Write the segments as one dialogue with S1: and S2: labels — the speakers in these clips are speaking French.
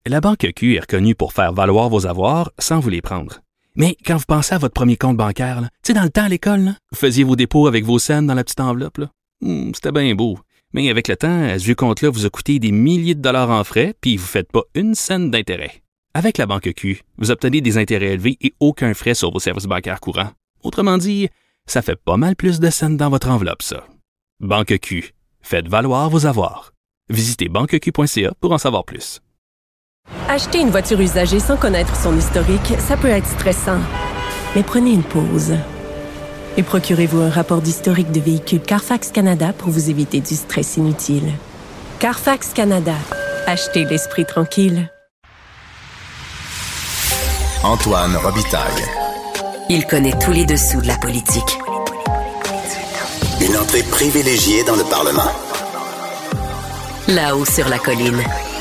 S1: La Banque Q est reconnue pour faire valoir vos avoirs sans vous les prendre. Mais quand vous pensez à votre premier compte bancaire, tu sais, dans le temps à l'école, là, vous faisiez vos dépôts avec vos scènes dans la petite enveloppe. Là. C'était bien beau. Mais avec le temps, ce vieux compte-là vous a coûté des milliers de dollars en frais, puis vous ne faites pas une scène d'intérêt. Avec la Banque Q, vous obtenez des intérêts élevés et aucun frais sur vos services bancaires courants. Autrement dit, ça fait pas mal plus de scènes dans votre enveloppe, ça. Banque Q. Faites valoir vos avoirs. Visitez banqueq.ca pour en savoir plus.
S2: Acheter une voiture usagée sans connaître son historique, ça peut être stressant. Mais prenez une pause. Et procurez-vous un rapport d'historique de véhicule Carfax Canada pour vous éviter du stress inutile. Carfax Canada. Achetez l'esprit tranquille.
S3: Antoine Robitaille.
S4: Il connaît tous les dessous de la politique.
S3: Une entrée privilégiée dans le Parlement.
S4: Là-haut sur la colline.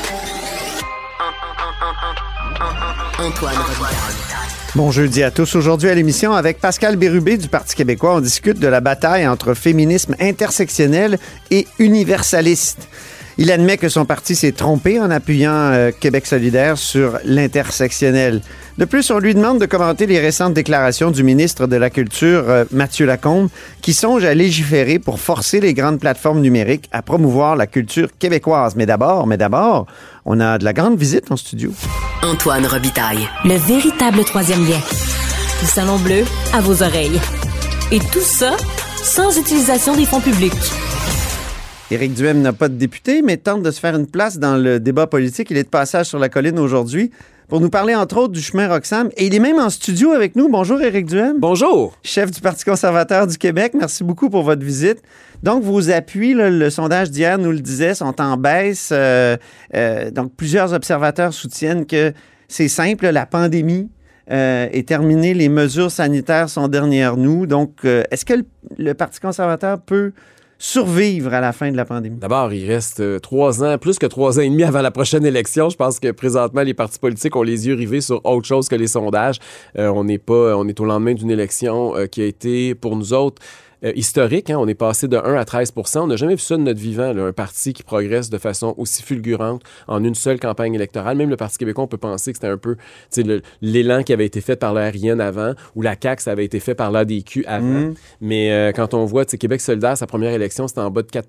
S4: Antoine Robitaille.
S5: Bon jeudi à tous. Aujourd'hui à l'émission, avec Pascal Bérubé du Parti québécois, on discute de la bataille entre féminisme intersectionnel et universaliste. Il admet que son parti s'est trompé en appuyant Québec solidaire sur l'intersectionnel. De plus, on lui demande de commenter les récentes déclarations du ministre de la Culture, Mathieu Lacombe, qui songe à légiférer pour forcer les grandes plateformes numériques à promouvoir la culture québécoise. Mais d'abord, on a de la grande visite en studio.
S4: Antoine Robitaille.
S6: Le véritable troisième lien. Du Salon Bleu à vos oreilles. Et tout ça sans utilisation des fonds publics.
S5: Éric Duhem n'a pas de député, mais tente de se faire une place dans le débat politique. Il est de passage sur la colline aujourd'hui pour nous parler, entre autres, du chemin Roxham. Et il est même en studio avec nous. Bonjour, Éric Duhem.
S7: Bonjour.
S5: Chef du Parti conservateur du Québec. Merci beaucoup pour votre visite. Donc, vos appuis, là, le sondage d'hier nous le disait, sont en baisse. Donc, plusieurs observateurs soutiennent que c'est simple, la pandémie est terminée, les mesures sanitaires sont derrière nous. Donc, est-ce que le Parti conservateur peut survivre à la fin de la pandémie?
S7: D'abord, il reste 3 ans, plus que 3 ans et demi avant la prochaine élection. Je pense que présentement, les partis politiques ont les yeux rivés sur autre chose que les sondages. On est au lendemain d'une élection qui a été, pour nous autres, historique. On est passé de 1 à 13 %. On n'a jamais vu ça de notre vivant, là, un parti qui progresse de façon aussi fulgurante en une seule campagne électorale. Même le Parti québécois, on peut penser que c'était un peu l'élan qui avait été fait par la RN avant, ou la CAQ, ça avait été fait par l'ADQ avant. Mais quand on voit Québec solidaire, sa première élection, c'était en bas de 4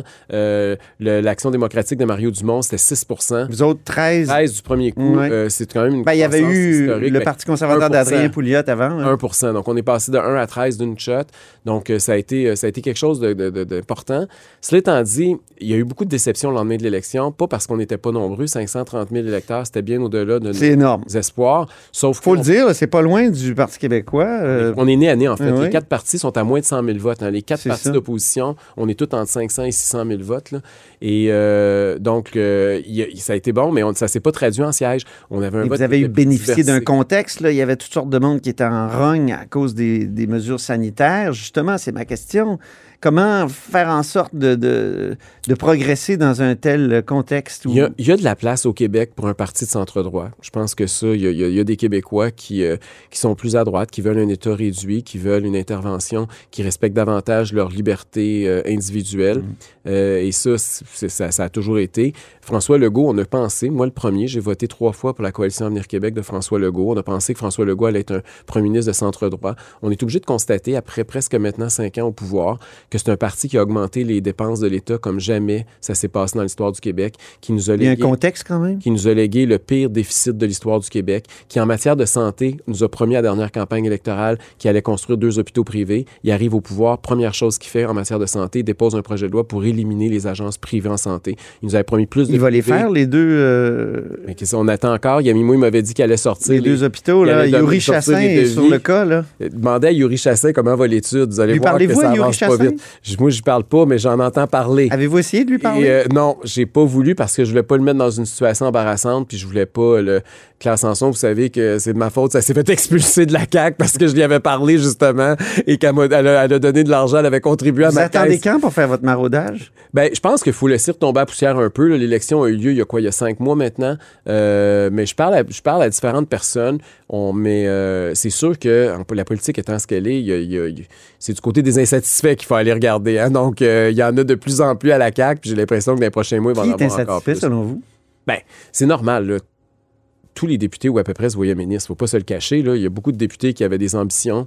S7: %. L'Action démocratique de Mario Dumont, c'était 6 %.
S5: Vous autres, 13
S7: du premier coup. C'est quand même une
S5: il y avait eu
S7: historique.
S5: le Parti conservateur d'Adrien Pouliot avant.
S7: 1 %. Donc, on est passé de 1 à 13 d'une shot. Donc, ça a été quelque chose d'important. Cela étant dit, il y a eu beaucoup de déceptions le lendemain de l'élection, pas parce qu'on n'était pas nombreux, 530 000 électeurs, c'était bien au-delà de nos espoirs. Sauf
S5: faut le dire, c'est pas loin du Parti québécois.
S7: On est né à nez, en fait. Les 4 partis sont à moins de 100 000 votes. Les 4 partis d'opposition, on est tous entre 500 et 600 000 votes. Là. Et donc, ça a été bon, mais ça ne s'est pas traduit en siège. On avait un vote.
S5: Vous avez bénéficié d'un contexte, là, il y avait toutes sortes de monde qui était en rogne à cause des mesures sanitaires. Justement, c'est ma question. Comment faire en sorte de progresser dans un tel contexte? Où...
S7: Il y a de la place au Québec pour un parti de centre-droit. Je pense que ça, il y a des Québécois qui sont plus à droite, qui veulent un État réduit, qui veulent une intervention qui respecte davantage leur liberté individuelle. Et ça a toujours été. François Legault, on a pensé, moi le premier, j'ai voté 3 fois pour la Coalition Avenir Québec de François Legault. On a pensé que François Legault allait être un premier ministre de centre-droit. On est obligé de constater, après presque maintenant 5 ans au pouvoir, que c'est un parti qui a augmenté les dépenses de l'État comme jamais ça s'est passé dans l'histoire du Québec, qui nous a légué,
S5: il y a un contexte quand même,
S7: qui nous a légué le pire déficit de l'histoire du Québec, qui en matière de santé nous a promis à la dernière campagne électorale qu'il allait construire 2 hôpitaux privés. Il arrive au pouvoir, première chose qu'il fait en matière de santé, il dépose un projet de loi pour éliminer les agences privées en santé. Il nous avait promis plus de...
S5: Il va les faire, les 2...
S7: Mais qu'est-ce qu'on attend encore? Yamimo, il m'avait dit qu'il allait sortir...
S5: Les 2 hôpitaux, là. Yuri Chassin est sur le cas, là.
S7: Demandez à Yuri Chassin comment va l'étude. Vous allez voir que ça avance pas vite. Moi, je parle pas, mais j'en entends parler.
S5: Avez-vous essayé de lui parler?
S7: Non, j'ai pas voulu parce que je voulais pas le mettre dans une situation embarrassante, puis je voulais pas le... Claire Sanson, vous savez que c'est de ma faute, ça s'est fait expulser de la CAQ parce que je lui avais parlé, justement, et elle a donné de l'argent, elle avait contribué à ma thèse.
S5: Vous attendez quand pour faire votre maraudage?
S7: Ben, je pense qu'il faut laisser retomber à poussière un peu. Là. L'élection a eu lieu il y a 5 mois maintenant. Mais je parle à différentes personnes. C'est sûr que la politique étant ce qu'elle est, c'est du côté des insatisfaits qu'il faut aller regarder. Hein? Donc, il y en a de plus en plus à la CAQ, puis j'ai l'impression que dans les prochains mois, il va en avoir encore plus.
S5: Qui est insatisfait, selon vous?
S7: Ben, c'est normal, là. tous les députés ou à peu près se voyaient ministres. Il ne faut pas se le cacher. Là. Il y a beaucoup de députés qui avaient des ambitions.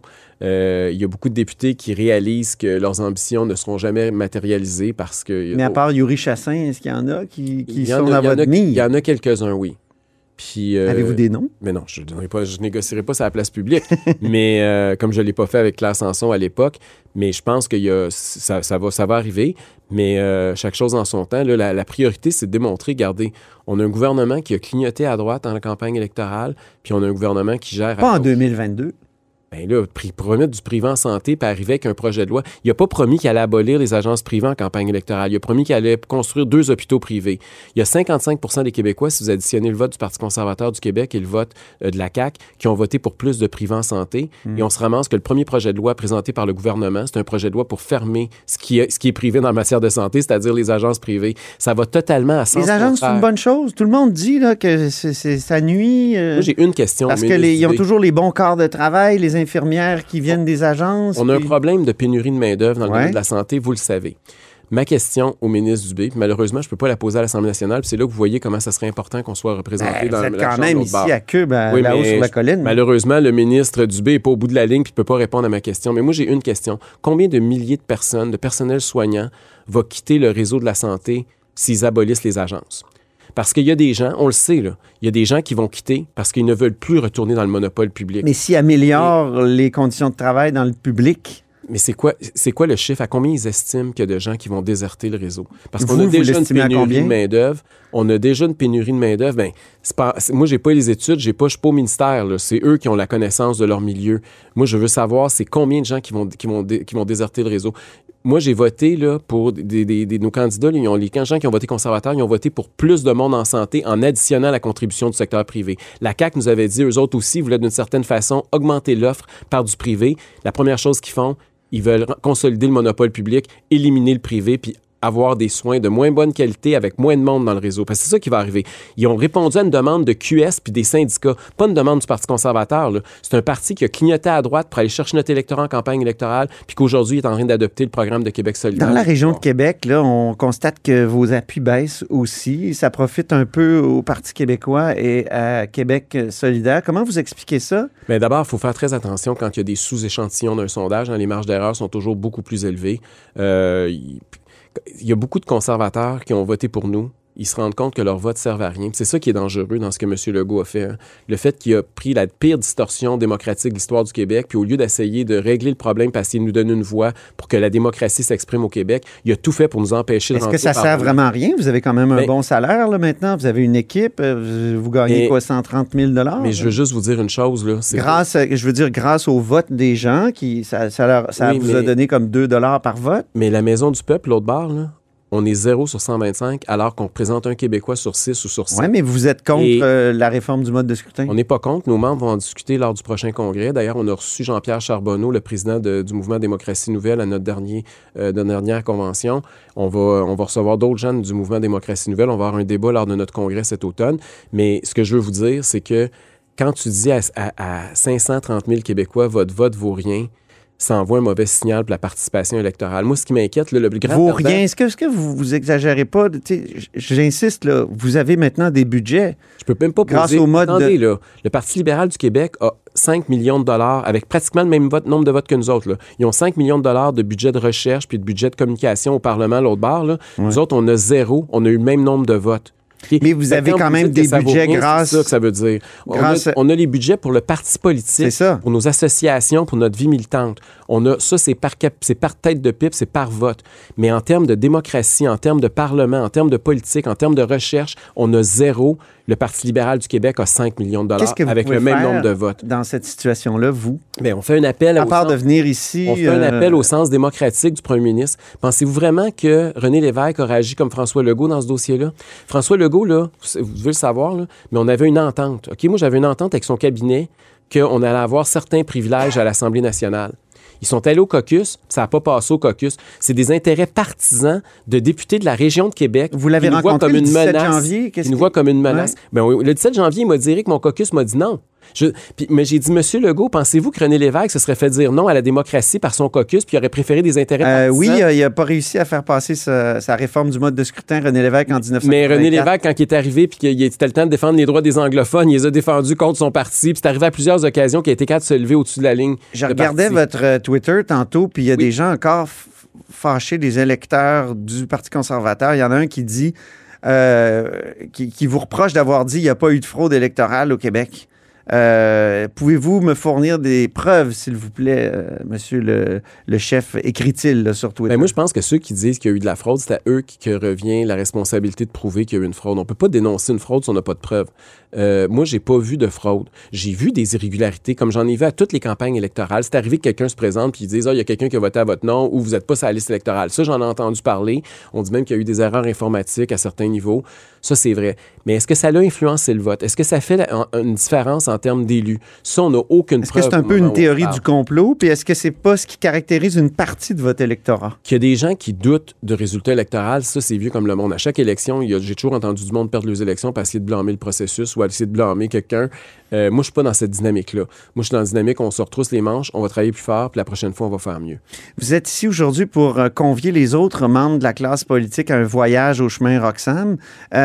S7: Il y a beaucoup de députés qui réalisent que leurs ambitions ne seront jamais matérialisées parce que...
S5: Mais à part Yuri Chassin, est-ce qu'il y en a qui sont dans votre mire?
S7: Il y en a quelques-uns, oui. Puis,
S5: avez-vous des noms?
S7: Mais non, je négocierai pas sur la place publique. Mais comme je ne l'ai pas fait avec Claire Sanson à l'époque, mais je pense que ça va arriver. Mais chaque chose en son temps. Là, la priorité, c'est de démontrer, regardez, on a un gouvernement qui a clignoté à droite dans la campagne électorale, puis on a un gouvernement qui gère...
S5: Pas en 2022.
S7: Bien là, promettre du privé en santé puis arriver avec un projet de loi. Il n'a pas promis qu'il allait abolir les agences privées en campagne électorale. Il a promis qu'il allait construire 2 hôpitaux privés. Il y a 55 % des Québécois, si vous additionnez le vote du Parti conservateur du Québec et le vote de la CAQ, qui ont voté pour plus de privé en santé. Et on se ramasse que le premier projet de loi présenté par le gouvernement, c'est un projet de loi pour fermer ce qui est privé dans la matière de santé, c'est-à-dire les agences privées. Ça va totalement à sens
S5: Les agences, c'est une bonne chose. Tout le monde dit là, que ça nuit.
S7: Moi, j'ai une question.
S5: Parce qu'ils ont toujours les bons quarts de travail, les infirmières qui viennent des agences.
S7: On a un problème de pénurie de main-d'œuvre dans le domaine de la santé, vous le savez. Ma question au ministre Dubé, puis malheureusement, je ne peux pas la poser à l'Assemblée nationale, puis c'est là que vous voyez comment ça serait important qu'on soit représenté dans la Chambre. Vous êtes quand même
S5: ici à Cube, là-haut sur la colline.
S7: Malheureusement, le ministre Dubé n'est pas au bout de la ligne, puis ne peut pas répondre à ma question. Mais moi, j'ai une question. Combien de milliers de personnes, de personnel soignant, va quitter le réseau de la santé s'ils abolissent les agences? Parce qu'il y a des gens, on le sait, là, il y a des gens qui vont quitter parce qu'ils ne veulent plus retourner dans le monopole public.
S5: Mais s'ils améliorent les conditions de travail dans le public...
S7: Mais c'est quoi le chiffre? À combien ils estiment qu'il y a de gens qui vont déserter le réseau? Parce qu'on a déjà une pénurie de main-d'œuvre. On a déjà une pénurie de main-d'œuvre. Ben, moi, j'ai pas les études, je suis pas au ministère. Là. C'est eux qui ont la connaissance de leur milieu. Moi, je veux savoir, c'est combien de gens qui vont déserter le réseau. Moi, j'ai voté là, pour nos candidats. Les gens qui ont voté conservateur, ils ont voté pour plus de monde en santé en additionnant la contribution du secteur privé. La CAQ nous avait dit, eux autres aussi, voulaient d'une certaine façon augmenter l'offre par du privé. La première chose qu'ils font, ils veulent consolider le monopole public, éliminer le privé, puis avoir des soins de moins bonne qualité avec moins de monde dans le réseau. Parce que c'est ça qui va arriver. Ils ont répondu à une demande de QS puis des syndicats, pas une demande du Parti conservateur. Là. C'est un parti qui a clignoté à droite pour aller chercher notre électorat en campagne électorale puis qu'aujourd'hui, il est en train d'adopter le programme de Québec solidaire.
S5: Dans la région de Québec, là, on constate que vos appuis baissent aussi. Ça profite un peu au Parti québécois et à Québec solidaire. Comment vous expliquez ça?
S7: Bien, d'abord, il faut faire très attention quand il y a des sous-échantillons d'un sondage. Les marges d'erreur sont toujours beaucoup plus élevées. Il y a beaucoup de conservateurs qui ont voté pour nous. Ils se rendent compte que leur vote ne sert à rien. C'est ça qui est dangereux dans ce que M. Legault a fait. Hein. Le fait qu'il a pris la pire distorsion démocratique de l'histoire du Québec, puis au lieu d'essayer de régler le problème parce qu'il nous donne une voix pour que la démocratie s'exprime au Québec, il a tout fait pour nous empêcher de rentrer.
S5: Est-ce que ça sert vraiment à rien? Vous avez quand même un bon salaire là, maintenant. Vous avez une équipe. Vous gagnez 130 000 $?
S7: Mais je veux juste vous dire une chose. Là,
S5: grâce au vote des gens, ça vous a donné comme 2 $ par vote.
S7: Mais la Maison du peuple, l'autre barre, là, on est 0 sur 125, alors qu'on représente un Québécois sur 6 ou sur 7.
S5: Oui, mais vous êtes contre la réforme du mode de scrutin?
S7: On n'est pas contre. Nos membres vont en discuter lors du prochain congrès. D'ailleurs, on a reçu Jean-Pierre Charbonneau, le président du mouvement Démocratie Nouvelle, à notre dernière convention. On va recevoir d'autres gens du mouvement Démocratie Nouvelle. On va avoir un débat lors de notre congrès cet automne. Mais ce que je veux vous dire, c'est que quand tu dis à 530 000 Québécois, votre vote vaut rien, ça envoie un mauvais signal pour la participation électorale. Moi, ce qui m'inquiète, le plus grand...
S5: Vaut rien. Est-ce que vous exagérez pas? J'insiste, là, vous avez maintenant des budgets.
S7: Je peux même pas
S5: grâce
S7: poser...
S5: au mode
S7: Attendez, là, le Parti libéral du Québec a 5 millions de dollars, avec pratiquement le même nombre de votes que nous autres. Là. Ils ont 5 millions de dollars de budget de recherche puis de budget de communication au Parlement, l'autre barre. Là. Ouais. Nous autres, on a 0. On a eu le même nombre de votes.
S5: Mais vous avez quand même des budgets grâce...
S7: C'est ça que ça veut dire. On a les budgets pour le parti politique, pour nos associations, pour notre vie militante. Ça, c'est par tête de pipe, c'est par vote. Mais en termes de démocratie, en termes de parlement, en termes de politique, en termes de recherche, on a 0. Le Parti libéral du Québec a 5 millions de dollars avec le même nombre de votes.
S5: Dans cette situation-là, vous?
S7: Bien, on fait un appel
S5: de venir ici...
S7: On fait un appel au sens démocratique du premier ministre. Pensez-vous vraiment que René Lévesque aurait agi comme François Legault dans ce dossier-là? François Legault, là, vous devez le savoir, là, mais on avait une entente. OK? Moi, j'avais une entente avec son cabinet qu'on allait avoir certains privilèges à l'Assemblée nationale. Ils sont allés au caucus, ça n'a pas passé au caucus. C'est des intérêts partisans de députés de la région de Québec.
S5: Vous l'avez rencontré le 17 janvier?
S7: Ils nous voient comme une menace.
S5: Ouais.
S7: Ben, le 17 janvier, il m'a dit, Éric, mon caucus m'a dit non. Mais j'ai dit, Monsieur Legault, pensez-vous que René Lévesque se serait fait dire non à la démocratie par son caucus puis il aurait préféré des intérêts partisans?
S5: Oui, il n'a pas réussi à faire passer sa réforme du mode de scrutin, René Lévesque, en 1984.
S7: Mais René Lévesque, quand il est arrivé puis qu'il était le temps de défendre les droits des anglophones, il les a défendus contre son parti. Puis c'est arrivé à plusieurs occasions qu'il a été capable de se lever au-dessus de la ligne.
S5: Je regardais votre Twitter tantôt, puis il y a des gens encore fâchés, des électeurs du Parti conservateur. Il y en a un qui dit, qui vous reproche d'avoir dit qu'il n'y a pas eu de fraude électorale au Québec. Pouvez-vous me fournir des preuves, s'il vous plaît, monsieur le chef, écrit-il là, sur Twitter?
S7: Ben moi, je pense que ceux qui disent qu'il y a eu de la fraude, c'est à eux que revient la responsabilité de prouver qu'il y a eu une fraude. On ne peut pas dénoncer une fraude si on n'a pas de preuves. Moi, j'ai pas vu de fraude. J'ai vu des irrégularités, comme j'en ai vu à toutes les campagnes électorales. C'est arrivé que quelqu'un se présente et dise « Ah, il y a quelqu'un qui a voté à votre nom » ou « Vous n'êtes pas sur la liste électorale ». Ça, j'en ai entendu parler. On dit même qu'il y a eu des erreurs informatiques à certains niveaux. Ça, c'est vrai. Mais est-ce que ça a influencé le vote? Est-ce que ça fait une différence en termes d'élus? Ça, on n'a aucune preuve.
S5: Est-ce que c'est un peu une théorie du complot? Puis est-ce que c'est pas ce qui caractérise une partie de votre électorat?
S7: Qu'il y a des gens qui doutent de résultats électoraux, ça, c'est vieux comme le monde. À chaque élection, j'ai toujours entendu du monde perdre les élections pour essayer de blâmer le processus ou essayer de blâmer quelqu'un. Moi, je suis pas dans cette dynamique-là. Moi, je suis dans la dynamique, on se retrousse les manches, on va travailler plus fort, puis la prochaine fois, on va faire mieux.
S5: Vous êtes ici aujourd'hui pour convier les autres membres de la classe politique à un voyage au chemin Roxham.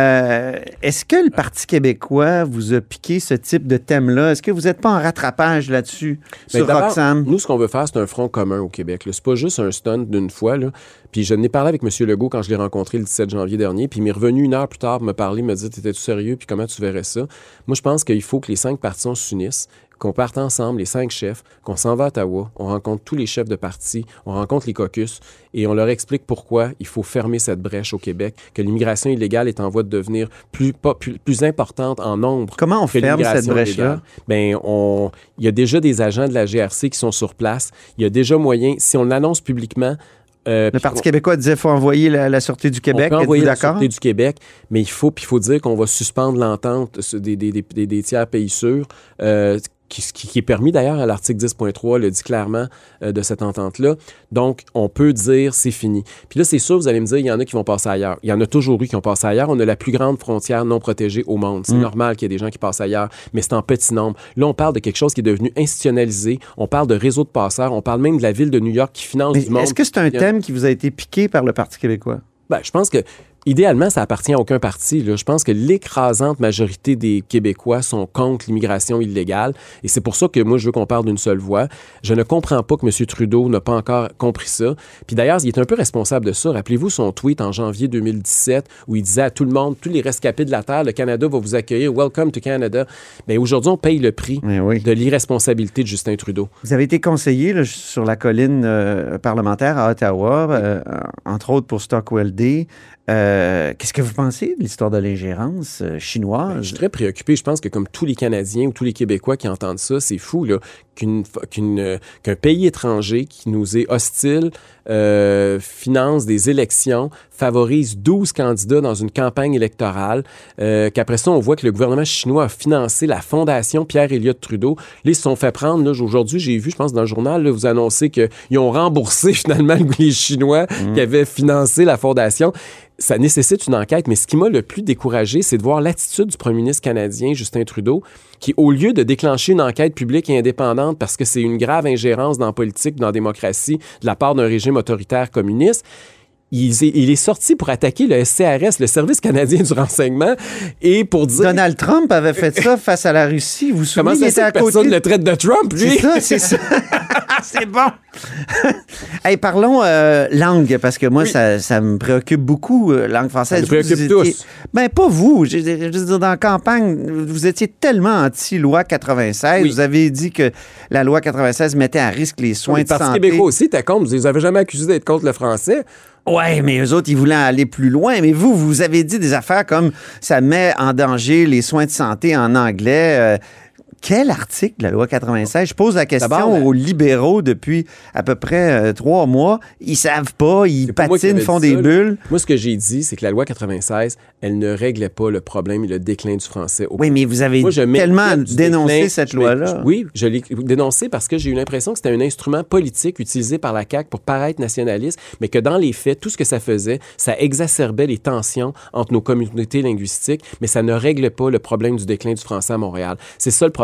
S5: Est-ce que le Parti québécois vous a piqué ce type de thème-là? Est-ce que vous n'êtes pas en rattrapage là-dessus, sur Roxham?
S7: Nous, ce qu'on veut faire, c'est un front commun au Québec. C'est pas juste un stunt d'une fois. Là. Puis je n'ai parlé avec M. Legault quand je l'ai rencontré le 17 janvier dernier, puis il m'est revenu 1 heure plus tard me parler, me dire « T'étais-tu sérieux? Puis comment tu verrais ça? » Moi, je pense qu'il faut que les 5 partis s'unissent, qu'on parte ensemble, les 5 chefs, qu'on s'en va à Ottawa, on rencontre tous les chefs de parti, on rencontre les caucus et on leur explique pourquoi il faut fermer cette brèche au Québec, que l'immigration illégale est en voie de devenir plus importante en nombre.
S5: Comment on ferme cette brèche-là?
S7: Bien, il y a déjà des agents de la GRC qui sont sur place. Il y a déjà moyen, si on l'annonce publiquement,
S5: le Parti québécois disait qu'il faut envoyer la Sûreté du Québec.
S7: On peut envoyer
S5: la
S7: Sûreté du Québec, mais il faut dire qu'on va suspendre l'entente des tiers pays sûrs, qui est permis d'ailleurs à l'article 10.3, le dit clairement de cette entente-là. Donc, on peut dire c'est fini. Puis là, c'est sûr, vous allez me dire, il y en a qui vont passer ailleurs. Il y en a toujours eu qui ont passé ailleurs. On a la plus grande frontière non protégée au monde. C'est normal qu'il y ait des gens qui passent ailleurs, mais c'est en petit nombre. Là, on parle de quelque chose qui est devenu institutionnalisé. On parle de réseau de passeurs. On parle même de la ville de New York qui finance du monde.
S5: Est-ce que c'est un thème qui vous a été piqué par le Parti québécois?
S7: Ben, je pense que idéalement, ça appartient à aucun parti. Là. Je pense que l'écrasante majorité des Québécois sont contre l'immigration illégale. Et c'est pour ça que moi, je veux qu'on parle d'une seule voix. Je ne comprends pas que M. Trudeau n'a pas encore compris ça. Puis d'ailleurs, il est un peu responsable de ça. Rappelez-vous son tweet en janvier 2017 où il disait à tout le monde, tous les rescapés de la Terre, le Canada va vous accueillir. Welcome to Canada. Bien, aujourd'hui, on paye le prix de l'irresponsabilité de Justin Trudeau.
S5: Vous avez été conseiller là, sur la colline parlementaire à Ottawa, entre autres pour Stockwell Day. Qu'est-ce que vous pensez de l'histoire de l'ingérence chinoise?
S7: Je suis très préoccupé. Je pense que comme tous les Canadiens ou tous les Québécois qui entendent ça, c'est fou là, qu'un pays étranger qui nous est hostile finance des élections, favorise 12 candidats dans une campagne électorale, qu'après ça, on voit que le gouvernement chinois a financé la fondation Pierre-Éliott Trudeau. Là, ils se sont fait prendre. Là, aujourd'hui, j'ai vu, je pense, dans le journal, là, vous annoncez qu'ils ont remboursé finalement les Chinois qui avaient financé la fondation. Ça nécessite une enquête, mais ce qui m'a le plus découragé, c'est de voir l'attitude du premier ministre canadien, Justin Trudeau, qui, au lieu de déclencher une enquête publique et indépendante parce que c'est une grave ingérence dans la politique, dans la démocratie, de la part d'un régime autoritaire communiste, il est sorti pour attaquer le SCRS, le Service canadien du renseignement, et pour dire...
S5: Donald Trump avait fait ça face à la Russie. Vous vous souvenez,
S7: il était à côté... Personne le traite de Trump, lui?
S5: C'est ça. C'est bon. Hey, parlons langue, parce que moi, ça me préoccupe beaucoup, langue française.
S7: Ça nous préoccupe tous.
S5: Ben, pas vous. Je veux dire, dans la campagne, vous étiez tellement anti-loi 96. Oui. Vous avez dit que la loi 96 mettait à risque les soins de santé.
S7: Le Parti québécois aussi, t'es contre. Vous les avez jamais accusés d'être contre le français.
S5: Oui, mais eux autres, ils voulaient aller plus loin. Mais vous avez dit des affaires comme ça met en danger les soins de santé en anglais. Quel article de la loi 96? Je pose la question aux libéraux depuis à peu près 3 mois. Ils savent pas, ils patinent, font des bulles.
S7: Moi, ce que j'ai dit, c'est que la loi 96, elle ne réglait pas le problème et le déclin du français.
S5: Oui, mais vous avez tellement dénoncé cette loi-là.
S7: Oui, je l'ai dénoncé parce que j'ai eu l'impression que c'était un instrument politique utilisé par la CAQ pour paraître nationaliste, mais que dans les faits, tout ce que ça faisait, ça exacerbait les tensions entre nos communautés linguistiques, mais ça ne réglait pas le problème du déclin du français à Montréal. C'est ça le problème.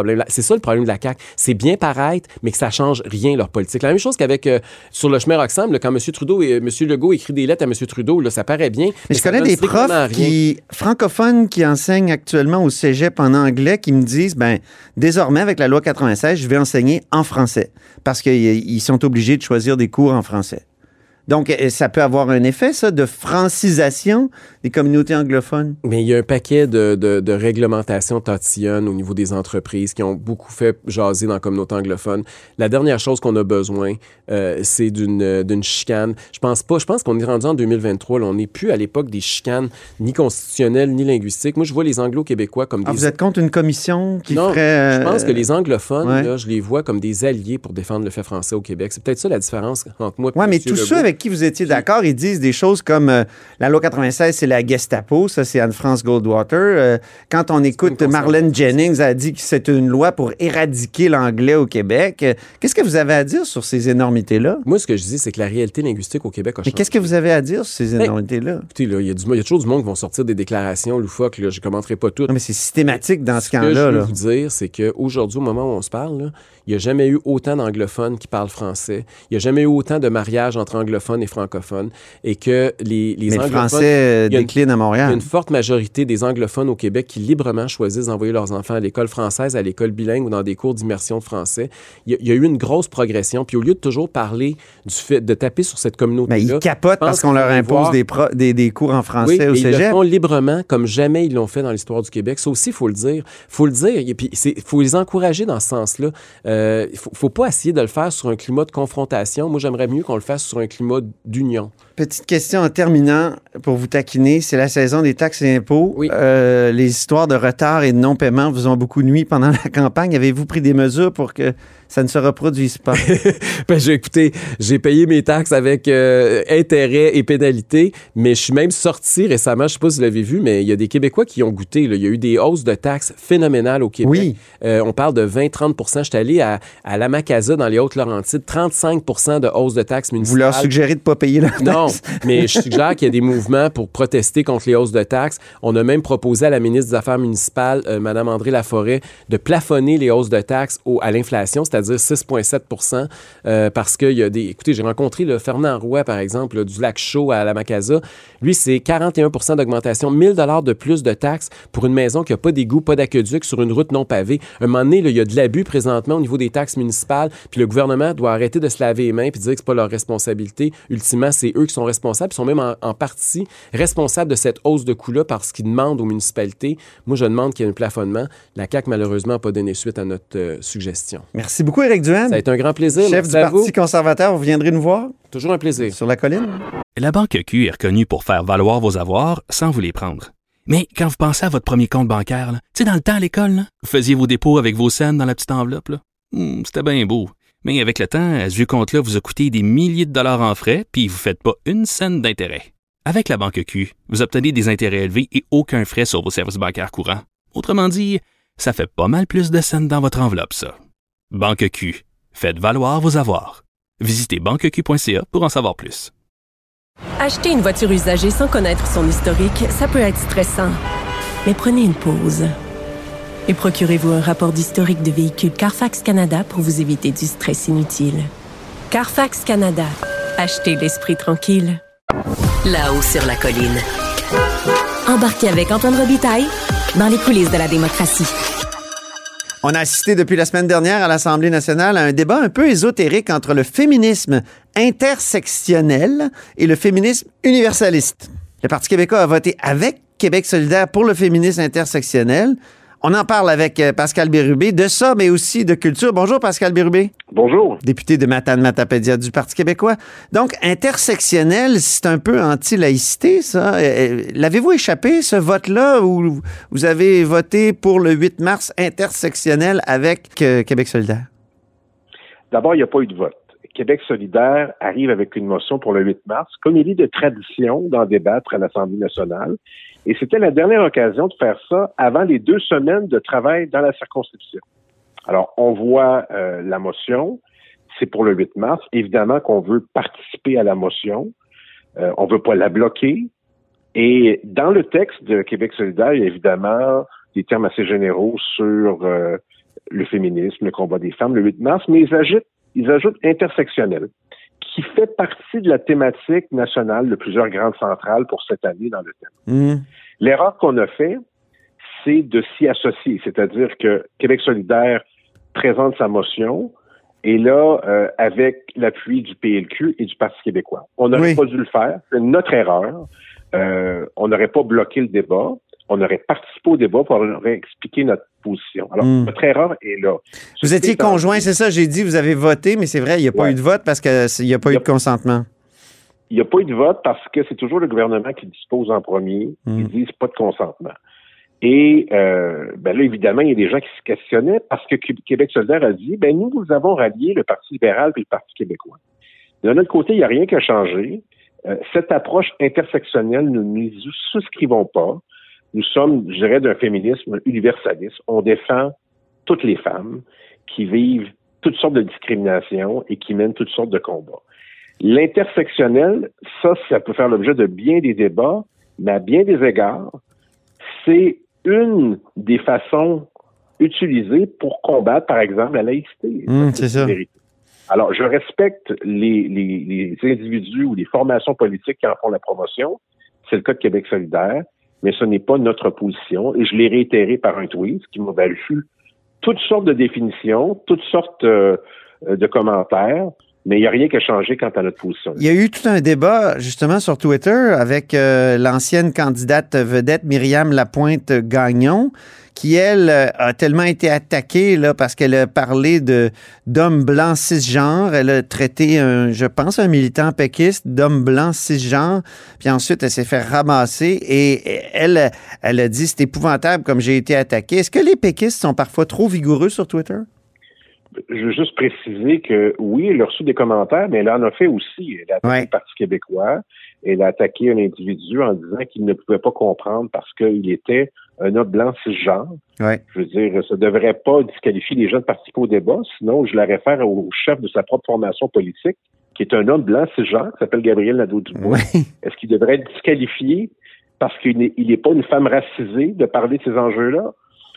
S7: problème. C'est ça le problème de la CAQ. C'est bien paraître, mais que ça change rien leur politique. La même chose qu'avec sur le chemin Roxham, là, quand M. Trudeau et M. Legault écrit des lettres à M. Trudeau, là, ça paraît bien.
S5: Mais je connais des profs francophones qui enseignent actuellement au cégep en anglais qui me disent, désormais, avec la loi 96, je vais enseigner en français parce qu'ils sont obligés de choisir des cours en français. Donc, ça peut avoir un effet, ça, de francisation des communautés anglophones?
S7: Mais il y a un paquet de réglementations tatillonnes au niveau des entreprises qui ont beaucoup fait jaser dans la communauté anglophone. La dernière chose qu'on a besoin, c'est d'une chicane. Je pense qu'on est rendu en 2023. Là, on n'est plus à l'époque des chicanes ni constitutionnelles ni linguistiques. Moi, je vois les Anglo-Québécois comme des...
S5: Vous êtes contre une commission qui
S7: non,
S5: ferait...
S7: je pense que les anglophones, là, je les vois comme des alliés pour défendre le fait français au Québec. C'est peut-être ça la différence entre moi et
S5: mais tous ceux avec qui vous étiez d'accord, ils disent des choses comme la loi 96, c'est la Gestapo, ça c'est Anne-France Goldwater. Quand on écoute Marlène Jennings, a dit que c'est une loi pour éradiquer l'anglais au Québec. Qu'est-ce que vous avez à dire sur ces énormités-là?
S7: Moi, ce que je dis, c'est que la réalité linguistique au Québec a changé.
S5: Mais qu'est-ce que vous avez à dire sur ces énormités-là?
S7: Écoutez, là, il y a toujours du monde qui vont sortir des déclarations loufoques, là, je ne commenterai pas toutes.
S5: Non, mais c'est systématique dans ce camp-là.
S7: Ce que je veux vous dire, c'est qu'aujourd'hui, au moment où on se parle, là, il n'y a jamais eu autant d'anglophones qui parlent français. Il n'y a jamais eu autant de mariages entre anglophones et francophones. Et que les
S5: mais
S7: anglophones...
S5: le français décline à Montréal.
S7: Il y a une forte majorité des anglophones au Québec qui librement choisissent d'envoyer leurs enfants à l'école française, à l'école bilingue ou dans des cours d'immersion de français. Il y a eu une grosse progression. Puis au lieu de toujours parler du fait de taper sur cette communauté-là...
S5: Mais ils capotent parce qu'on leur impose des cours en français au cégep.
S7: Ils le font librement comme jamais ils l'ont fait dans l'histoire du Québec. Ça aussi, il faut le dire. Et puis, faut les encourager dans ce sens-là. Faut pas essayer de le faire sur un climat de confrontation. Moi, j'aimerais mieux qu'on le fasse sur un climat d'union.
S5: Petite question en terminant pour vous taquiner. C'est la saison des taxes et impôts.
S7: Oui.
S5: Les histoires de retard et de non-paiement vous ont beaucoup nui pendant la campagne. Avez-vous pris des mesures pour que ça ne se reproduise pas?
S7: Écoutez, j'ai payé mes taxes avec intérêts et pénalités, mais je suis même sorti récemment, je ne sais pas si vous l'avez vu, mais il y a des Québécois qui ont goûté. Là. Il y a eu des hausses de taxes phénoménales au Québec.
S5: Oui.
S7: On parle de 20-30 %. J'étais allé à la Macasa dans les Hautes-Laurentides, 35 % de hausse de taxes municipales.
S5: Vous leur suggérez de ne pas payer leurs taxes?
S7: Non, mais je suggère qu'il y a des mouvements pour protester contre les hausses de taxes. On a même proposé à la ministre des Affaires municipales, Mme André Laforêt, de plafonner les hausses de taxes à l'inflation, c'est-à-dire 6,7 % parce qu'il y a des... Écoutez, j'ai rencontré le Fernand Roy, par exemple, là, du Lac-Chaud à la Macasa. Lui, c'est 41 % d'augmentation, 1 000 $ de plus de taxes pour une maison qui n'a pas d'égout, pas d'aqueduc sur une route non pavée. Un moment donné, là, il y a de l'abus présentement au niveau des taxes municipales, puis le gouvernement doit arrêter de se laver les mains puis dire que c'est pas leur responsabilité. Ultimement, c'est eux qui sont responsables. Ils sont même en partie responsables de cette hausse de coûts-là parce qu'ils demandent aux municipalités. Moi, je demande qu'il y ait un plafonnement. La CAQ, malheureusement, n'a pas donné suite à notre suggestion.
S5: Merci beaucoup, Éric Duhaime.
S7: Ça a été un grand plaisir.
S5: Chef du Parti conservateur, vous viendrez nous voir?
S7: Toujours un plaisir.
S5: Sur la colline?
S1: La Banque Q est reconnue pour faire valoir vos avoirs sans vous les prendre. Mais quand vous pensez à votre premier compte bancaire, tu sais, dans le temps à l'école, là, vous faisiez vos dépôts avec vos scènes dans la petite enveloppe. C'était bien beau. Mais avec le temps, ce vieux compte-là vous a coûté des milliers de dollars en frais, puis vous ne faites pas une scène d'intérêt. Avec la Banque Q, vous obtenez des intérêts élevés et aucun frais sur vos services bancaires courants. Autrement dit, ça fait pas mal plus de scènes dans votre enveloppe, ça. Banque Q. Faites valoir vos avoirs. Visitez banqueq.ca pour en savoir plus.
S2: Acheter une voiture usagée sans connaître son historique, ça peut être stressant. Mais prenez une pause. Et procurez-vous un rapport d'historique de véhicule Carfax Canada pour vous éviter du stress inutile. Carfax Canada. Achetez l'esprit tranquille.
S4: Là-haut sur la colline.
S6: Embarquez avec Antoine Robitaille dans les coulisses de la démocratie.
S5: On a assisté depuis la semaine dernière à l'Assemblée nationale à un débat un peu ésotérique entre le féminisme intersectionnel et le féminisme universaliste. Le Parti québécois a voté avec Québec solidaire pour le féminisme intersectionnel. On en parle avec Pascal Bérubé de ça, mais aussi de culture. Bonjour, Pascal Bérubé.
S8: Bonjour.
S5: Député de Matane-Matapédia du Parti québécois. Donc, intersectionnel, c'est un peu anti-laïcité, ça. L'avez-vous échappé, ce vote-là, où vous avez voté pour le 8 mars intersectionnel avec Québec solidaire?
S8: D'abord, il n'y a pas eu de vote. Québec solidaire arrive avec une motion pour le 8 mars, comme il est de tradition d'en débattre à l'Assemblée nationale. Et c'était la dernière occasion de faire ça avant les 2 semaines de travail dans la circonscription. Alors, on voit la motion, c'est pour le 8 mars. Évidemment qu'on veut participer à la motion. On veut pas la bloquer. Et dans le texte de Québec solidaire, il y a évidemment des termes assez généraux sur le féminisme, le combat des femmes, le 8 mars, mais ils ajoutent intersectionnel, qui fait partie de la thématique nationale de plusieurs grandes centrales pour cette année dans le thème. L'erreur qu'on a fait, c'est de s'y associer, c'est-à-dire que Québec solidaire présente sa motion, et là, avec l'appui du PLQ et du Parti québécois. On n'aurait pas dû le faire, c'est notre erreur. On n'aurait pas bloqué le débat, on aurait participé au débat pour aurait expliqué notre position. Alors, notre erreur est là.
S5: Vous étiez conjoint, c'est ça, j'ai dit, vous avez voté, mais c'est vrai, il n'y a pas eu de vote parce qu'il n'y a pas eu de consentement.
S8: Il n'y a pas eu de vote parce que c'est toujours le gouvernement qui dispose en premier. Ils disent pas de consentement. Et là, évidemment, il y a des gens qui se questionnaient parce que Québec solidaire a dit, nous avons rallié le Parti libéral et le Parti québécois. De notre côté, il n'y a rien qui a changé. Cette approche intersectionnelle, nous n'y souscrivons pas. Nous sommes, je dirais, d'un féminisme universaliste. On défend toutes les femmes qui vivent toutes sortes de discriminations et qui mènent toutes sortes de combats. L'intersectionnel, ça peut faire l'objet de bien des débats, mais à bien des égards, c'est une des façons utilisées pour combattre, par exemple, la laïcité.
S5: C'est ça.
S8: Alors, je respecte les individus ou les formations politiques qui en font la promotion. C'est le cas de Québec solidaire, mais ce n'est pas notre position. Et je l'ai réitéré par un tweet qui m'a valu toutes sortes de définitions, toutes sortes de commentaires. Mais il n'y a rien qui a changé quant à notre position.
S5: Il y a eu tout un débat, justement, sur Twitter avec l'ancienne candidate vedette Myriam Lapointe-Gagnon, qui, elle, a tellement été attaquée là, parce qu'elle a parlé d'hommes blancs cisgenres. Elle a traité, je pense, un militant péquiste d'homme blanc cisgenre. Puis ensuite, elle s'est fait ramasser et elle a dit « C'est épouvantable comme j'ai été attaquée ». Est-ce que les péquistes sont parfois trop vigoureux sur Twitter?
S8: Je veux juste préciser que oui, elle a reçu des commentaires, mais elle en a fait aussi. Elle a attaqué le Parti québécois. Elle a attaqué un individu en disant qu'il ne pouvait pas comprendre parce qu'il était un homme blanc cisgenre. Je veux dire, ça ne devrait pas disqualifier les gens de participer au débat. Sinon, je la réfère au chef de sa propre formation politique, qui est un homme blanc cisgenre, qui s'appelle Gabriel Nadeau-Dubois. Est-ce qu'il devrait être disqualifié parce qu'il n'est pas une femme racisée de parler de ces enjeux-là?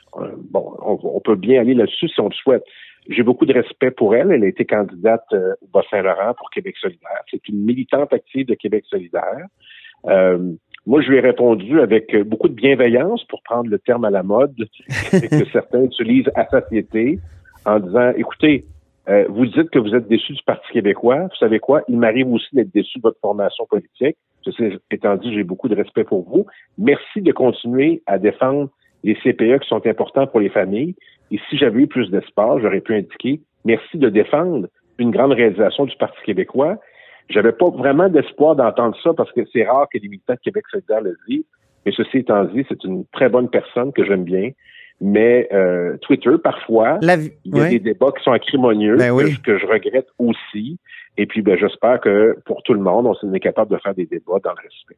S8: On peut bien aller là-dessus si on le souhaite. J'ai beaucoup de respect pour elle. Elle a été candidate au Bas-Saint-Laurent pour Québec solidaire. C'est une militante active de Québec solidaire. Moi, je lui ai répondu avec beaucoup de bienveillance, pour prendre le terme à la mode, que certains utilisent à satiété, en disant, écoutez, vous dites que vous êtes déçu du Parti québécois. Vous savez quoi? Il m'arrive aussi d'être déçu de votre formation politique. Ceci étant dit, j'ai beaucoup de respect pour vous. Merci de continuer à défendre les CPE qui sont importants pour les familles. Et si j'avais eu plus d'espace, j'aurais pu indiquer merci de défendre une grande réalisation du Parti québécois. J'avais pas vraiment d'espoir d'entendre ça parce que c'est rare que les militants de Québec solidaire le disent. Mais ceci étant dit, c'est une très bonne personne que j'aime bien. Mais Twitter, parfois, il y a des débats qui sont acrimonieux que je regrette aussi. Et puis, j'espère que pour tout le monde, on est capable de faire des débats dans le respect.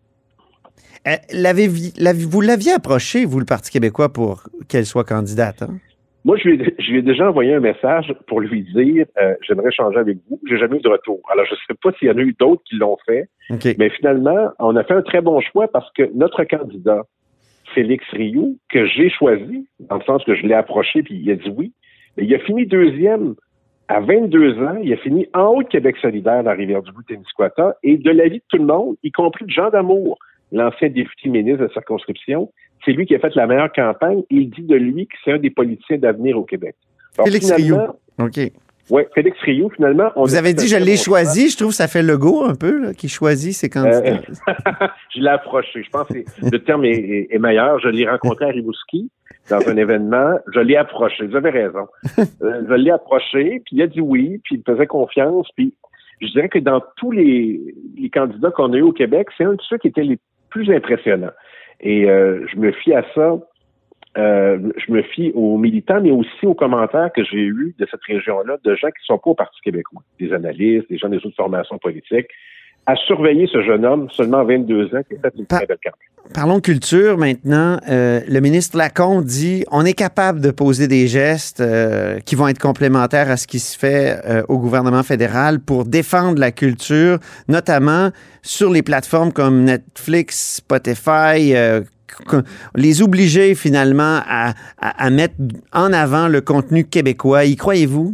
S5: Vous l'aviez approché, vous, le Parti québécois, pour qu'elle soit candidate, hein?
S8: Moi, je lui ai déjà envoyé un message pour lui dire j'aimerais changer avec vous. J'ai jamais eu de retour. Alors, je ne sais pas s'il y en a eu d'autres qui l'ont fait. Mais finalement, on a fait un très bon choix parce que notre candidat, Félix Rioux, que j'ai choisi, dans le sens que je l'ai approché puis il a dit oui, mais il a fini deuxième à 22 ans. Il a fini en haut de Québec solidaire dans Rivière-du-Loup-Témiscouata et de l'avis de tout le monde, y compris de Jean D'Amour, l'ancien député ministre de la circonscription. C'est lui qui a fait la meilleure campagne et il dit de lui que c'est un des politiciens d'avenir au Québec. Alors,
S5: Félix Rioux. OK.
S8: Oui, Félix Rioux, finalement.
S5: Vous avez dit je l'ai choisi. Je trouve que ça fait Legault un peu, là, qui choisit ses candidats.
S8: Je l'ai approché. Je pense que le terme est meilleur. Je l'ai rencontré à Rimouski dans un événement. Je l'ai approché. Vous avez raison. Je l'ai approché, puis il a dit oui, puis il me faisait confiance. Puis je dirais que dans tous les candidats qu'on a eu au Québec, c'est un de ceux qui étaient les plus impressionnants. Et je me fie à ça, je me fie aux militants, mais aussi aux commentaires que j'ai eus de cette région-là, de gens qui ne sont pas au Parti québécois, des analystes, des gens des autres formations politiques, à surveiller ce jeune homme, seulement 22 ans, qui a fait une très belle campagne.
S5: Parlons culture maintenant. Le ministre Lacombe dit on est capable de poser des gestes qui vont être complémentaires à ce qui se fait au gouvernement fédéral pour défendre la culture, notamment sur les plateformes comme Netflix, Spotify, les obliger finalement à mettre en avant le contenu québécois. Y croyez-vous?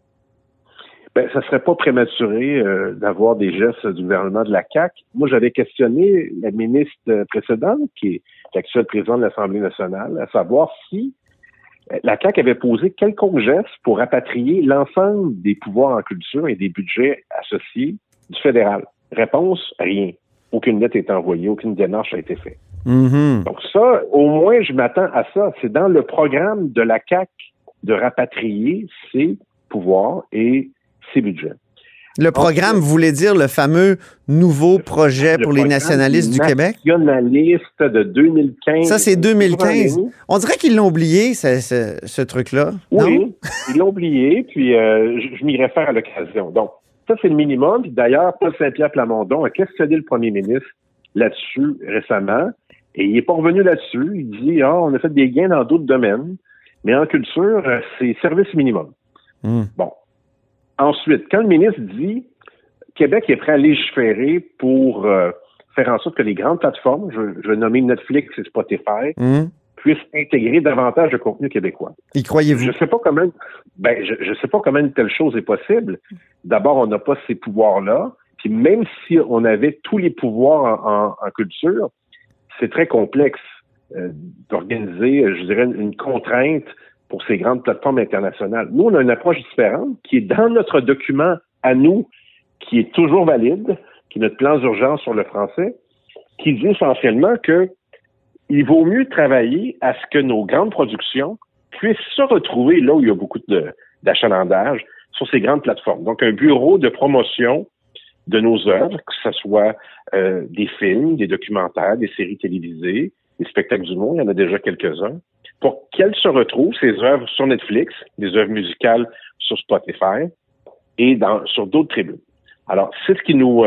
S8: Ben, ça serait pas prématuré d'avoir des gestes du gouvernement de la CAQ. Moi, j'avais questionné la ministre précédente, qui est l'actuelle présidente de l'Assemblée nationale, à savoir si la CAQ avait posé quelconque geste pour rapatrier l'ensemble des pouvoirs en culture et des budgets associés du fédéral. Réponse, rien. Aucune lettre est envoyée, aucune démarche a été faite.
S5: Mm-hmm.
S8: Donc ça, au moins, je m'attends à ça. C'est dans le programme de la CAQ de rapatrier ses pouvoirs et ses budgets.
S5: Le programme voulait dire le fameux nouveau projet pour les nationalistes du Québec?
S8: Nationaliste de 2015.
S5: Ça, c'est 2015. On dirait qu'ils l'ont oublié, ce truc-là.
S8: Oui,
S5: non?
S8: Ils l'ont oublié, puis je m'y réfère à l'occasion. Donc, ça, c'est le minimum. Puis d'ailleurs, Paul Saint-Pierre Plamondon a questionné le premier ministre là-dessus récemment, et il n'est pas revenu là-dessus. Il dit, on a fait des gains dans d'autres domaines, mais en culture, c'est service minimum. Bon. Ensuite, quand le ministre dit Québec est prêt à légiférer pour faire en sorte que les grandes plateformes, je vais nommer Netflix et Spotify, puissent intégrer davantage de contenu québécois.
S5: Y croyez-vous?
S8: Je sais pas comment je sais pas comment une telle chose est possible. D'abord, on n'a pas ces pouvoirs-là. Puis même si on avait tous les pouvoirs en culture, c'est très complexe d'organiser, je dirais, une contrainte pour ces grandes plateformes internationales. Nous, on a une approche différente qui est dans notre document à nous, qui est toujours valide, qui est notre plan d'urgence sur le français, qui dit essentiellement que il vaut mieux travailler à ce que nos grandes productions puissent se retrouver là où il y a beaucoup d'achalandage sur ces grandes plateformes. Donc, un bureau de promotion de nos œuvres, que ce soit des films, des documentaires, des séries télévisées, des spectacles du monde, il y en a déjà quelques-uns, pour qu'elles se retrouvent, ces œuvres sur Netflix, des œuvres musicales sur Spotify et sur d'autres tribunes. Alors, c'est ce qui nous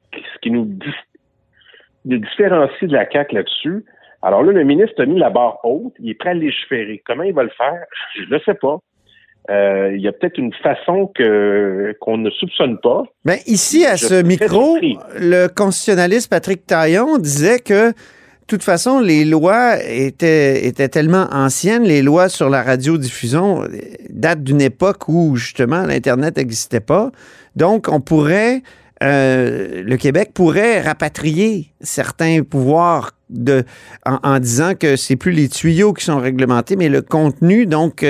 S8: différencie de la CAQ là-dessus. Alors là, le ministre a mis la barre haute, il est prêt à légiférer. Comment il va le faire? Je ne le sais pas. Il y a peut-être une façon qu'on ne soupçonne pas.
S5: Ben, ici, à ce micro, le constitutionnaliste Patrick Taillon disait que de toute façon, les lois étaient tellement anciennes, les lois sur la radiodiffusion datent d'une époque où, justement, l'Internet n'existait pas. Donc, le Québec pourrait rapatrier certains pouvoirs en disant que c'est plus les tuyaux qui sont réglementés, mais le contenu. Donc,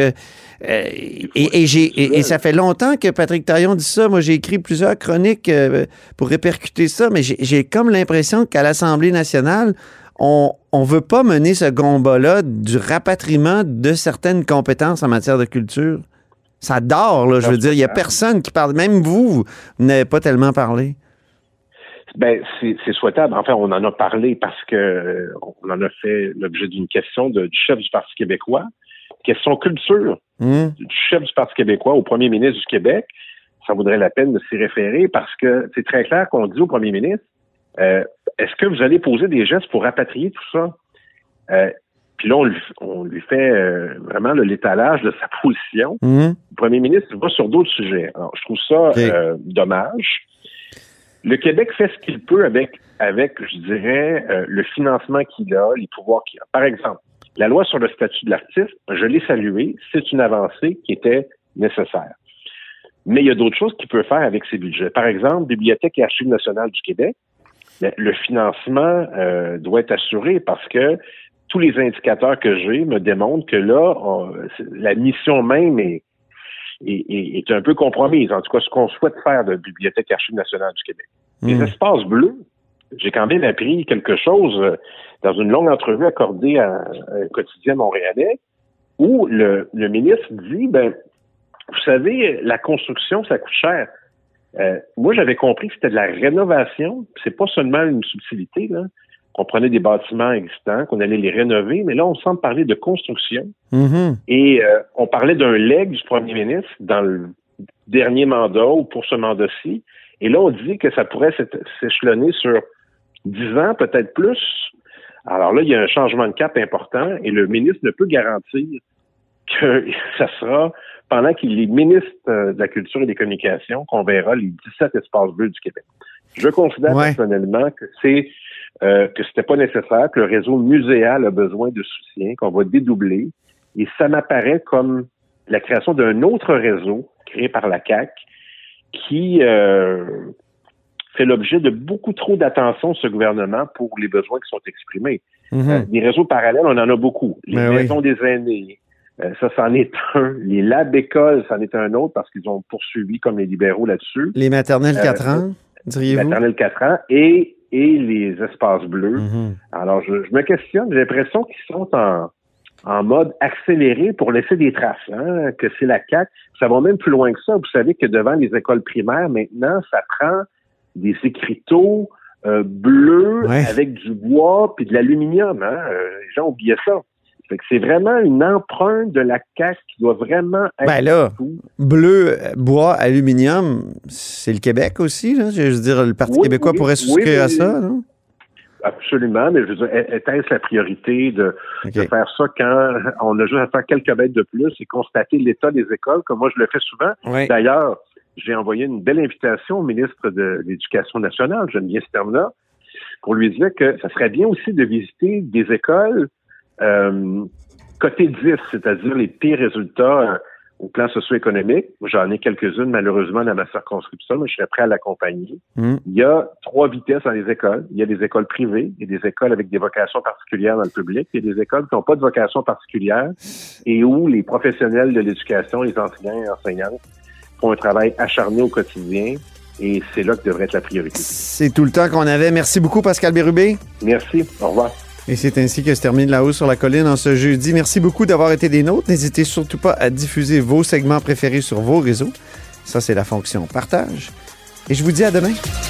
S5: et ça fait longtemps que Patrick Taillon dit ça. Moi, j'ai écrit plusieurs chroniques pour répercuter ça, mais j'ai comme l'impression qu'à l'Assemblée nationale, on veut pas mener ce combat-là du rapatriement de certaines compétences en matière de culture. Ça dort, là. Je veux dire, il y a personne qui parle. Même vous n'avez pas tellement parlé.
S8: Ben, c'est souhaitable. Enfin, on en a parlé parce que on en a fait l'objet d'une question du chef du Parti québécois. Question culture du chef du Parti québécois au premier ministre du Québec. Ça vaudrait la peine de s'y référer parce que c'est très clair qu'on dit au premier ministre est-ce que vous allez poser des gestes pour rapatrier tout ça? Puis là, on lui fait vraiment l'étalage de sa position. Le premier ministre va sur d'autres sujets. Alors, je trouve ça dommage. Le Québec fait ce qu'il peut avec je dirais, le financement qu'il a, les pouvoirs qu'il a. Par exemple, la loi sur le statut de l'artiste, je l'ai saluée, c'est une avancée qui était nécessaire. Mais il y a d'autres choses qu'il peut faire avec ses budgets. Par exemple, Bibliothèque et Archives nationales du Québec, le financement doit être assuré parce que tous les indicateurs que j'ai me démontrent que là, la mission même est un peu compromise. En tout cas, ce qu'on souhaite faire de Bibliothèque et Archives nationales du Québec. Les espaces bleus, j'ai quand même appris quelque chose dans une longue entrevue accordée à un quotidien montréalais où le ministre dit, vous savez, la construction, ça coûte cher. Moi, j'avais compris que c'était de la rénovation. C'est pas seulement une subtilité, là. On prenait des bâtiments existants, qu'on allait les rénover, mais là, on semble parler de construction. Et on parlait d'un legs du premier ministre dans le dernier mandat ou pour ce mandat-ci. Et là, on dit que ça pourrait s'échelonner sur 10 ans, peut-être plus. Alors là, il y a un changement de cap important et le ministre ne peut garantir que ça sera pendant qu'il est ministre de la Culture et des Communications qu'on verra les 17 espaces bleus du Québec. Je considère personnellement que c'est que c'était pas nécessaire, que le réseau muséal a besoin de soutien, qu'on va dédoubler. Et ça m'apparaît comme la création d'un autre réseau créé par la CAQ qui fait l'objet de beaucoup trop d'attention de ce gouvernement pour les besoins qui sont exprimés. Des réseaux parallèles, on en a beaucoup. Les maisons des aînés, ça, c'en est un. Les labs écoles, c'en est un autre parce qu'ils ont poursuivi comme les libéraux là-dessus.
S5: Les maternelles 4 ans, diriez-vous? Les
S8: maternelles 4 ans et les espaces bleus. Alors, je me questionne. J'ai l'impression qu'ils sont en mode accéléré pour laisser des traces, hein, que c'est la CAQ. Ça va même plus loin que ça. Vous savez que devant les écoles primaires, maintenant, ça prend des écriteaux bleus avec du bois puis de l'aluminium. Hein. Les gens oubliaient ça. Fait que c'est vraiment une empreinte de la CAQ qui doit vraiment être...
S5: Ben là, bleu, bois, aluminium, c'est le Québec aussi, là? Je veux dire, le Parti québécois pourrait souscrire à ça, non?
S8: Absolument, mais je veux dire, est-ce la priorité de faire ça quand on a juste à faire quelques mètres de plus et constater l'état des écoles, comme moi je le fais souvent? D'ailleurs, j'ai envoyé une belle invitation au ministre de l'Éducation nationale, Geneviève Sterna, pour lui dire que ça serait bien aussi de visiter des écoles côté 10, c'est-à-dire les pires résultats au plan socio-économique. J'en ai quelques-unes, malheureusement, dans ma circonscription, mais je serais prêt à l'accompagner. Il y a 3 vitesses dans les écoles. Il y a des écoles privées, il y a des écoles avec des vocations particulières dans le public, il y a des écoles qui n'ont pas de vocation particulière et où les professionnels de l'éducation, les enseignants et enseignantes, font un travail acharné au quotidien. Et c'est là que devrait être la priorité.
S5: C'est tout le temps qu'on avait. Merci beaucoup, Pascal Bérubé.
S8: Merci. Au revoir.
S5: Et c'est ainsi que se termine La Haut sur la colline en ce jeudi. Merci beaucoup d'avoir été des nôtres. N'hésitez surtout pas à diffuser vos segments préférés sur vos réseaux. Ça, c'est la fonction partage. Et je vous dis à demain.